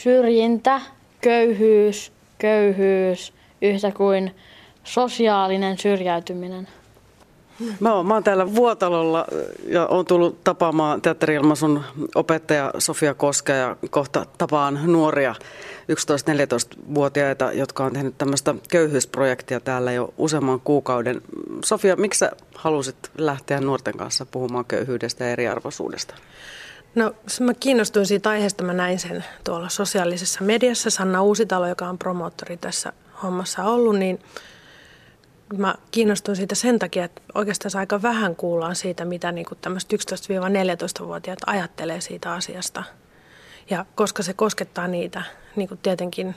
syrjintä, köyhyys yhtä kuin sosiaalinen syrjäytyminen. Mä oon täällä Vuotalolla ja oon tullut tapaamaan Teatteri-Ilmaisun opettaja Sofia Koskea ja kohta tapaan nuoria 11-14-vuotiaita, jotka on tehnyt tämmöistä köyhyysprojektia täällä jo useamman kuukauden. Sofia, miksi sä halusit lähteä nuorten kanssa puhumaan köyhyydestä ja eriarvoisuudesta? No, mä kiinnostuin siitä aiheesta, mä näin sen tuolla sosiaalisessa mediassa. Sanna Uusitalo, joka on promoottori tässä hommassa ollut, niin mä kiinnostuin siitä sen takia, että oikeastaan aika vähän kuullaan siitä, mitä niin kuin tämmöiset 11-14-vuotiaat ajattelee siitä asiasta. Ja koska se koskettaa niitä niin kuin tietenkin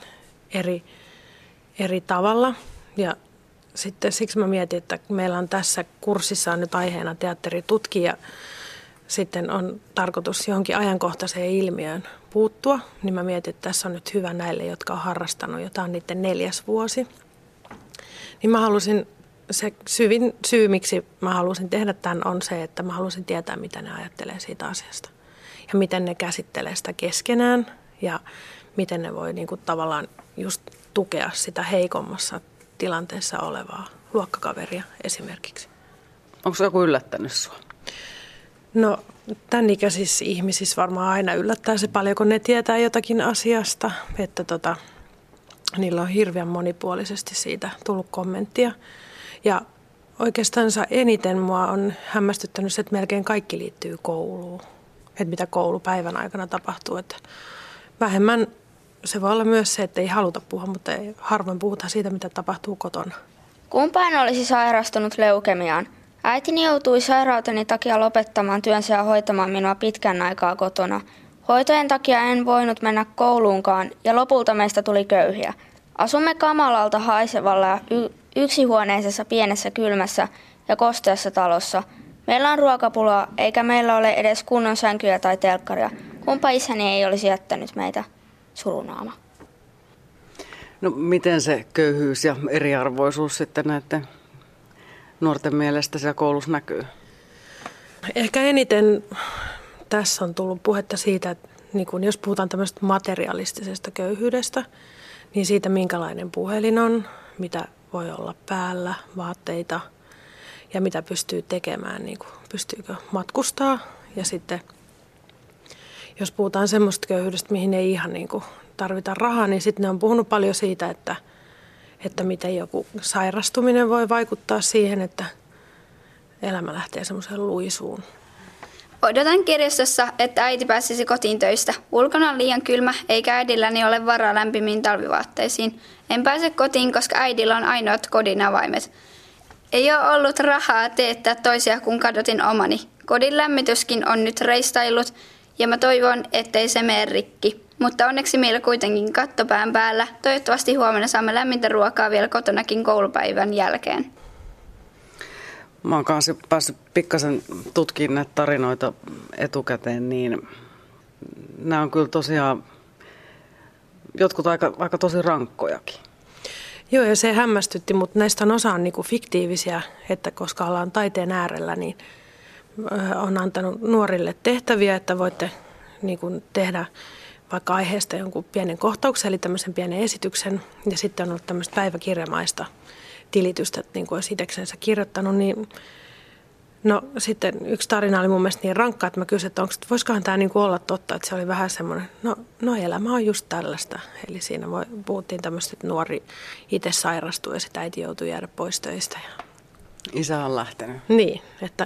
eri tavalla. Ja sitten siksi mä mietin, että meillä on tässä kurssissa on nyt aiheena teatteritutkija. Sitten on tarkoitus johonkin ajankohtaiseen ilmiöön puuttua. Niin mä mietin, että tässä on nyt hyvä näille, jotka on harrastanut, jota on niiden 4. vuosi. Niin mä halusin, se syvin syy, miksi mä halusin tehdä tämän, on se, että mä halusin tietää, mitä ne ajattelee siitä asiasta. Ja miten ne käsittelee sitä keskenään ja miten ne voi niin kuin tavallaan just tukea sitä heikommassa tilanteessa olevaa luokkakaveria esimerkiksi. Onko se joku yllättänyt sua? No, tämän ikäisissä ihmisissä varmaan aina yllättää se paljon, kun ne tietää jotakin asiasta, että niillä on hirveän monipuolisesti siitä tullut kommenttia. Ja oikeastaan eniten mua on hämmästyttänyt se, että melkein kaikki liittyy kouluun. Että mitä koulupäivän aikana tapahtuu. Että vähemmän se voi olla myös se, että ei haluta puhua, mutta harvoin puhutaan siitä, mitä tapahtuu kotona. Kumpaan olisi sairastunut leukemiaan? Äitini joutui sairauteni takia lopettamaan työnsä ja hoitamaan minua pitkän aikaa kotona. Hoitojen takia en voinut mennä kouluunkaan ja lopulta meistä tuli köyhiä. Asumme kamalalta haisevalla ja yksihuoneisessa pienessä kylmässä ja kosteassa talossa. Meillä on ruokapulaa eikä meillä ole edes kunnon sänkyjä tai telkkaria. Kumpa isäni ei olisi jättänyt meitä? Surunaama. No miten se köyhyys ja eriarvoisuus sitten näiden nuorten mielestä siellä koulussa näkyy? Ehkä eniten tässä on tullut puhetta siitä, että niin kun jos puhutaan tämmöisestä materialistisesta köyhyydestä, niin siitä minkälainen puhelin on, mitä voi olla päällä, vaatteita ja mitä pystyy tekemään, niin kuin pystyykö matkustaa. Ja sitten jos puhutaan semmoista köyhyydestä, mihin ei ihan niin kuin tarvita rahaa, niin sitten ne on puhunut paljon siitä, että miten joku sairastuminen voi vaikuttaa siihen, että elämä lähtee semmoiseen luisuun. Odotan kirjastossa, että äiti pääsisi kotiin töistä. Ulkona on liian kylmä, eikä äidilläni ole varaa lämpimiin talvivaatteisiin. En pääse kotiin, koska äidillä on ainoat kodin avaimet. Ei ole ollut rahaa teettää toisia, kun kadotin omani. Kodin lämmityskin on nyt reistaillut, ja mä toivon, ettei se mene rikki. Mutta onneksi meillä kuitenkin katto pään päällä. Toivottavasti huomenna saamme lämmintä ruokaa vielä kotonakin koulupäivän jälkeen. Mä oon kanssa päässyt pikkasen tutkimaan näitä tarinoita etukäteen, niin nämä on kyllä tosiaan jotkut aika tosi rankkojakin. Joo, ja se hämmästytti, mutta näistä on osa niinku fiktiivisiä, että koska ollaan taiteen äärellä, niin on antanut nuorille tehtäviä, että voitte niinku tehdä vaikka aiheesta jonkun pienen kohtauksen, eli tämmöisen pienen esityksen, ja sitten on ollut tämmöistä päiväkirjamaista tilitystä, että niin kuin olisi itseksensä kirjoittanut, niin no sitten yksi tarina oli mun mielestä niin rankka, että mä kysyin, että voisikohan tämä niin kuin olla totta, että se oli vähän semmoinen, no elämä on just tällaista, eli siinä puhuttiin tämmöistä, että nuori itse sairastui ja sitä äiti joutui jäädä pois töistä. Isä on lähtenyt. Niin, että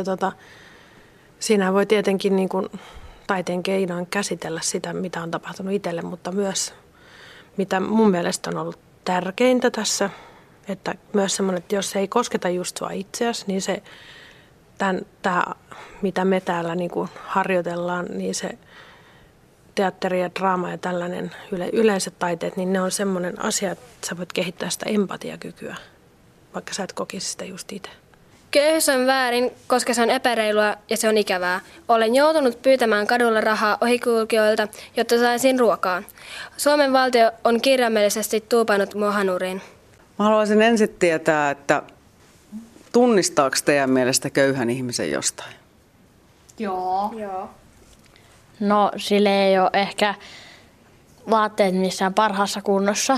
siinä voi tietenkin niin kuin taiteen keinoin käsitellä sitä, mitä on tapahtunut itselle, mutta myös mitä mun mielestä on ollut tärkeintä tässä, että myös semmoinen, että jos se ei kosketa just sua itseäsi, niin se, tämä, mitä me täällä niin kuin harjoitellaan, niin se teatteri ja draama ja tällainen yleiset taiteet, niin ne on semmoinen asia, että sä voit kehittää sitä empatiakykyä, vaikka sä et kokisi sitä just itse. Köyhyys on väärin, koska se on epäreilua ja se on ikävää. Olen joutunut pyytämään kadulla rahaa ohikulkijoilta, jotta saisin ruokaa. Suomen valtio on kirjaimellisesti tuupannut mua hanuriin. Mä haluaisin ensin tietää, että tunnistaako teidän mielestä köyhän ihmisen jostain? Joo. No sille ei ole ehkä vaatteet missään parhaassa kunnossa.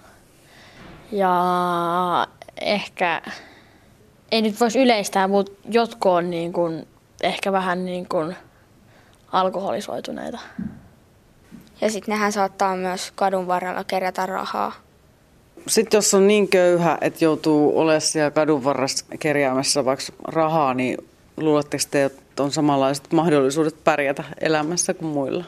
Ja ehkä, ei nyt voisi yleistää, mutta jotkut on niin kuin, ehkä vähän niin kuin alkoholisoituneita. Ja sitten nehän saattaa myös kadun varrella kerätä rahaa. Sitten jos on niin köyhä, että joutuu olemaan siellä kadun varressa kerjäämässä vaikka rahaa, niin luuletteko te, että on samanlaiset mahdollisuudet pärjätä elämässä kuin muilla?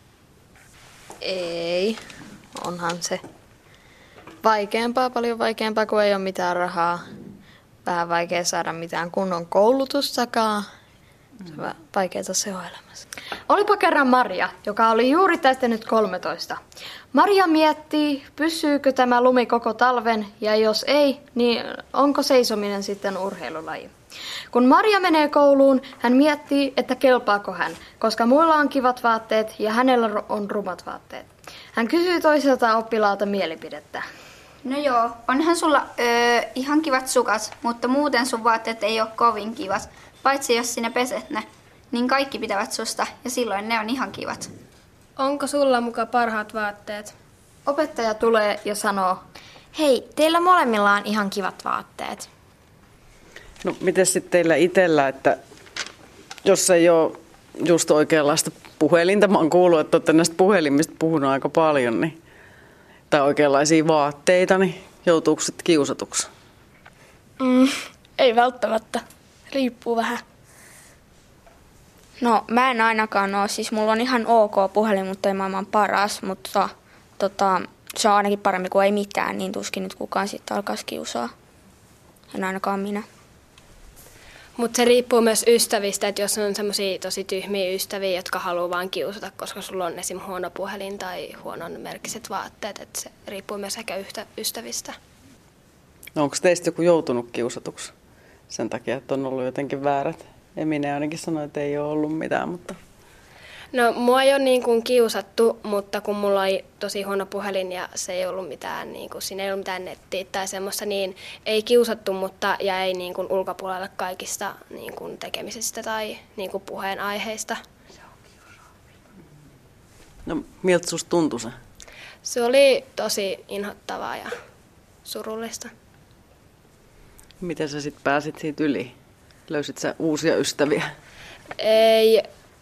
Ei, onhan se vaikeampaa, paljon vaikeampaa, kun ei ole mitään rahaa. Vähän vaikea saada mitään kunnon koulutustakaan. Se on vaikeaa se on elämässä. Olipa kerran Maria, joka oli juuri täyttänyt 13. Maria miettii, pysyykö tämä lumi koko talven, ja jos ei, niin onko seisominen sitten urheilulaji. Kun Maria menee kouluun, hän miettii, että kelpaako hän, koska muilla on kivat vaatteet ja hänellä on rumat vaatteet. Hän kysyy toiselta oppilaalta mielipidettä. No joo, onhan sulla ihan kivat sukat, mutta muuten sun vaatteet ei ole kovin kivat. Paitsi jos sinä peset ne, niin kaikki pitävät susta ja silloin ne on ihan kivat. Onko sulla muka parhaat vaatteet? Opettaja tulee ja sanoo, hei, teillä molemmilla on ihan kivat vaatteet. No miten sitten teillä itsellä, että jos ei ole just oikeanlaista puhelinta, mä oon kuullut, että olette näistä puhelimista puhunut aika paljon, niin, tai oikeanlaisia vaatteita, niin joutuuko sitten kiusatuksi? Ei välttämättä. Riippuu vähän. No mä en ainakaan ole, siis mulla on ihan ok puhelin, mutta ei maailman paras, mutta se on ainakin paremmin kuin ei mitään, niin tuskin nyt kukaan sitten alkaisi kiusaa. En ainakaan minä. Mutta se riippuu myös ystävistä, että jos on semmoisia tosi tyhmiä ystäviä, jotka haluaa vaan kiusata, koska sulla on esim. Huono puhelin tai huonon merkkiset vaatteet, että se riippuu myös ehkä ystävistä. No onko teistä joku joutunut kiusatuksi sen takia, että on ollut jotenkin väärät? Emine ainakin sanoi, että ei ole ollut mitään, mutta... No mua ei ole niin kuin kiusattu, mutta kun mulla oli tosi huono puhelin ja se ei ollut mitään, niin kuin, siinä ei ollut mitään nettiä tai semmoista, niin ei kiusattu, mutta jäi niin kuin ulkopuolelle kaikista niin kuin tekemisistä tai niin kuin puheenaiheista. No miltä susta tuntui se? Se oli tosi inhottavaa ja surullista. Miten sä sitten pääsit siitä yli? Löysit sä uusia ystäviä? Ei.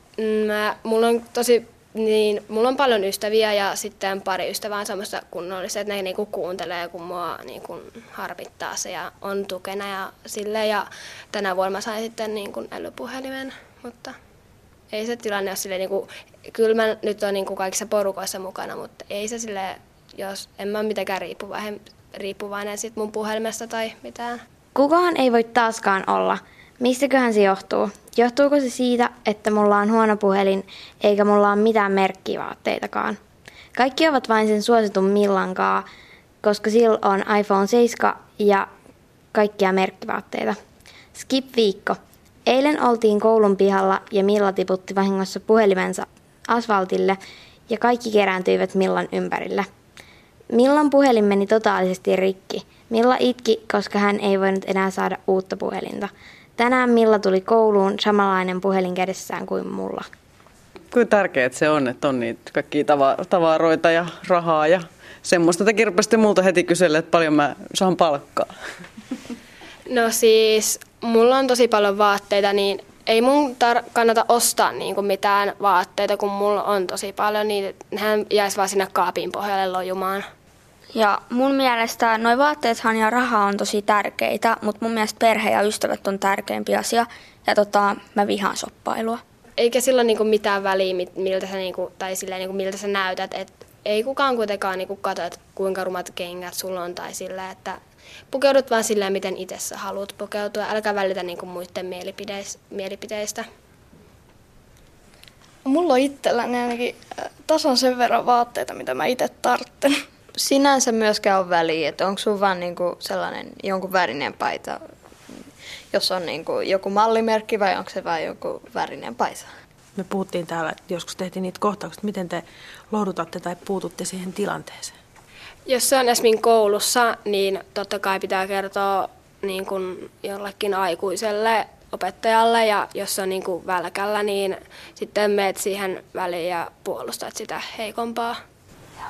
Mulla on paljon ystäviä ja sitten pari ystävää on semmoista kunnollista, että ne niinku kuuntelee, kun mua niinku harmittaa se ja on tukena ja silleen. Ja tänä vuonna mä sain sitten niinku älypuhelimen, mutta ei se tilanne ole silleen, niinku, kyllä mä nyt on niinku kaikissa porukoissa mukana, mutta ei se silleen, jos en mä ole mitenkään riippuvainen sit mun puhelimesta tai mitään. Kukaan ei voi taaskaan olla. Mistäköhän se johtuu? Johtuuko se siitä, että mulla on huono puhelin, eikä mulla ole mitään merkkivaatteitakaan? Kaikki ovat vain sen suositun Millankaa, koska sillä on iPhone 7 ja kaikkia merkkivaatteita. Skip-viikko. Eilen oltiin koulun pihalla ja Milla tiputti vahingossa puhelimensa asfaltille ja kaikki kerääntyivät Millan ympärille. Millan puhelin meni totaalisesti rikki. Milla itki, koska hän ei voinut enää saada uutta puhelinta. Tänään Milla tuli kouluun samanlainen puhelin kädessään kuin mulla. Kuinka tärkeää se on, että on niitä kaikkia tavaroita ja rahaa ja semmoista. Tekin rupesitte multa heti kysellä, että paljon mä saan palkkaa. No siis, mulla on tosi paljon vaatteita, niin ei mun kannata ostaa niinku mitään vaatteita, kun mulla on tosi paljon, niin hän jäisi vaan sinne kaapin pohjalle lojumaan. Ja mun mielestä noi vaatteethan ja raha on tosi tärkeitä, mutta mun mielestä perhe ja ystävät on tärkeämpi asia. Ja mä vihaan shoppailua. Eikä sillä ole niinku mitään väliä, miltä sä, niinku, tai silleen, niinku, miltä sä näytät. Et ei kukaan kuitenkaan niinku katso, että kuinka rumat kengät sulla on. Tai silleen, että pukeudut vaan silleen, miten itse sä haluat pukeutua. Älkää välitä niinku muiden mielipiteistä. Mulla on itselläni ainakin tasan sen verran vaatteita, mitä mä itse tarvitsen. Sinänsä myöskään on väliä, että onko sun vaan niinku sellainen jonkun värinen paita, jos on niinku joku mallimerkki vai onko se vain joku värinen paita? Me puhuttiin täällä, joskus tehtiin niitä kohtauksia, miten te lohdutatte tai puututte siihen tilanteeseen. Jos se on esimerkiksi koulussa, niin totta kai pitää kertoa niin kuin jollekin aikuiselle opettajalle ja jos se on niin kuin välkällä, niin sitten meet siihen väliin ja puolustat sitä heikompaa.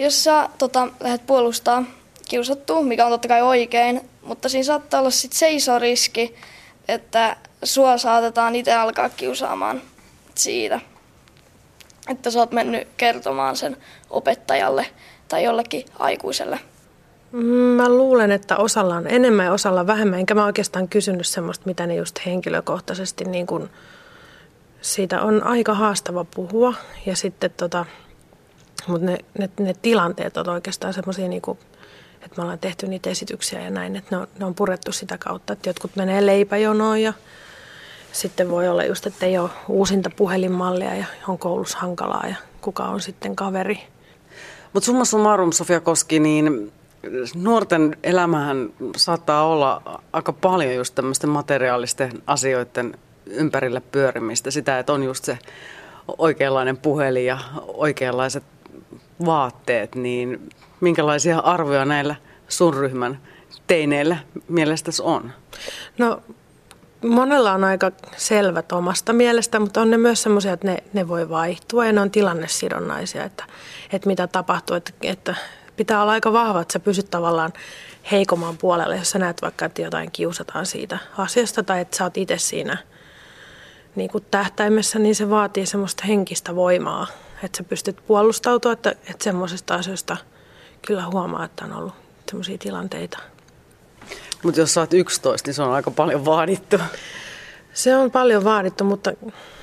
jos sä lähdet puolustaa kiusattua, mikä on totta kai oikein, mutta siinä saattaa olla sit se iso riski, että sua saatetaan itse alkaa kiusaamaan siitä, että sä oot mennyt kertomaan sen opettajalle tai jollekin aikuiselle. Mä luulen, että osalla on enemmän ja osalla vähemmän, enkä mä oikeastaan kysynyt semmoista, mitä ne just henkilökohtaisesti, niin kun siitä on aika haastava puhua. Ja sitten mutta ne tilanteet on oikeastaan semmoisia, niin että me ollaan tehty niitä esityksiä ja näin, että ne on purettu sitä kautta, että jotkut menee leipäjonoon ja sitten voi olla just, että ei ole uusinta puhelinmallia ja on koulussa hankalaa ja kuka on sitten kaveri. Mutta summa summarum, Sofia Koski, niin nuorten elämähän saattaa olla aika paljon just tämmöisten materiaalisten asioiden ympärillä pyörimistä. Sitä, että on just se oikeanlainen puhelin ja oikeanlaiset vaatteet, niin minkälaisia arvoja näillä sun ryhmän teineillä mielestäsi on? No monella on aika selvät omasta mielestä, mutta on ne myös semmoisia, että ne voi vaihtua ja ne on tilannesidonnaisia, että mitä tapahtuu, että pitää olla aika vahva, että sä pysyt tavallaan heikomman puolelle, jos sä näet vaikka, että jotain kiusataan siitä asiasta tai että sä oot itse siinä niin kuin tähtäimessä, niin se vaatii semmoista henkistä voimaa, että sä pystyt puolustautua, että semmoisesta asioista kyllä huomaa, että on ollut semmoisia tilanteita. Mutta jos sä oot 11, niin se on aika paljon vaadittu. Se on paljon vaadittu, mutta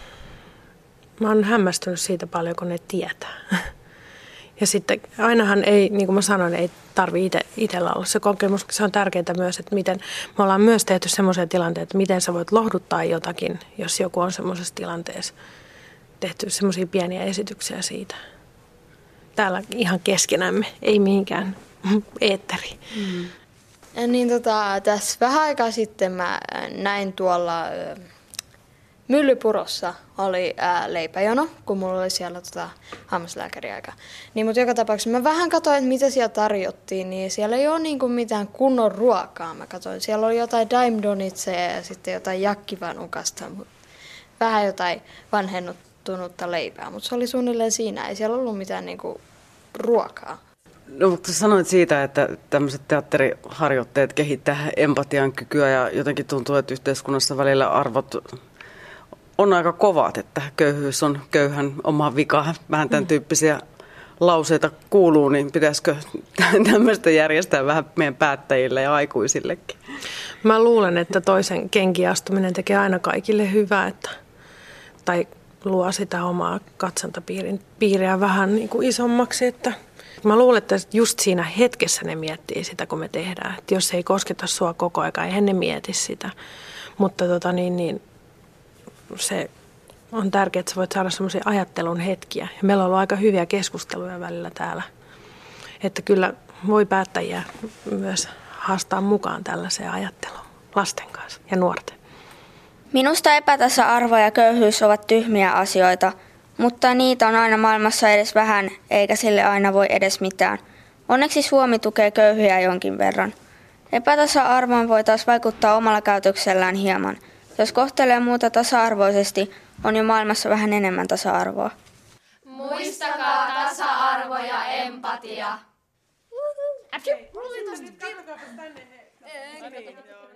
mä oon hämmästynyt siitä paljon, kun ne tietää. Ja sitten ainahan ei, niin kuin mä sanoin, ei tarvitse itsellä olla se kokemus. Se on tärkeää myös, että miten me ollaan myös tehty semmoisia tilanteita, että miten sä voit lohduttaa jotakin, jos joku on semmoisessa tilanteessa. Tehty semmoisia pieniä esityksiä siitä. Täällä ihan keskenämme, ei mihinkään eetteriin. Niin tässä vähän aikaa sitten mä näin tuolla Myllypurossa oli leipäjono, kun mulla oli siellä hammaslääkäriaika. Niin, mutta joka tapauksessa mä vähän katsoin, että mitä siellä tarjottiin, niin siellä ei ole niinku mitään kunnon ruokaa. Mä katsoin, siellä oli jotain Dime Donitseja ja sitten jotain jakkivanukasta, vähän jotain vanhennuttunutta leipää, mutta se oli suunnilleen siinä. Ei siellä ollut mitään niinku ruokaa. No, mutta sanoit siitä, että tämmöiset teatteriharjoitteet kehittää empatian kykyä ja jotenkin tuntuu, että yhteiskunnassa välillä arvot on aika kovat, että köyhyys on köyhän oma vika. Vähän tämän tyyppisiä lauseita kuuluu, niin pitäisikö tämmöistä järjestää vähän meidän päättäjille ja aikuisillekin? Mä luulen, että toisen kenkiin astuminen tekee aina kaikille hyvää, tai luo sitä omaa katsantapiiriä vähän niin kuin isommaksi, että mä luulen, että just siinä hetkessä ne miettii sitä, kun me tehdään. Että jos ei kosketa sua koko ajan, eihän ne mieti sitä. Mutta se on tärkeää, että sä voit saada semmoisia ajattelun hetkiä. Ja meillä on ollut aika hyviä keskusteluja välillä täällä. Että kyllä voi päättäjiä myös haastaa mukaan tällaiseen ajatteluun lasten kanssa ja nuorten. Minusta epätasa-arvo ja köyhyys ovat tyhmiä asioita, mutta niitä on aina maailmassa edes vähän, eikä sille aina voi edes mitään. Onneksi Suomi tukee köyhiä jonkin verran. Epätasa-arvoon voi taas vaikuttaa omalla käytöksellään hieman. Jos kohtelee muuta tasa-arvoisesti, on jo maailmassa vähän enemmän tasa-arvoa. Muistakaa tasa-arvo ja empatia.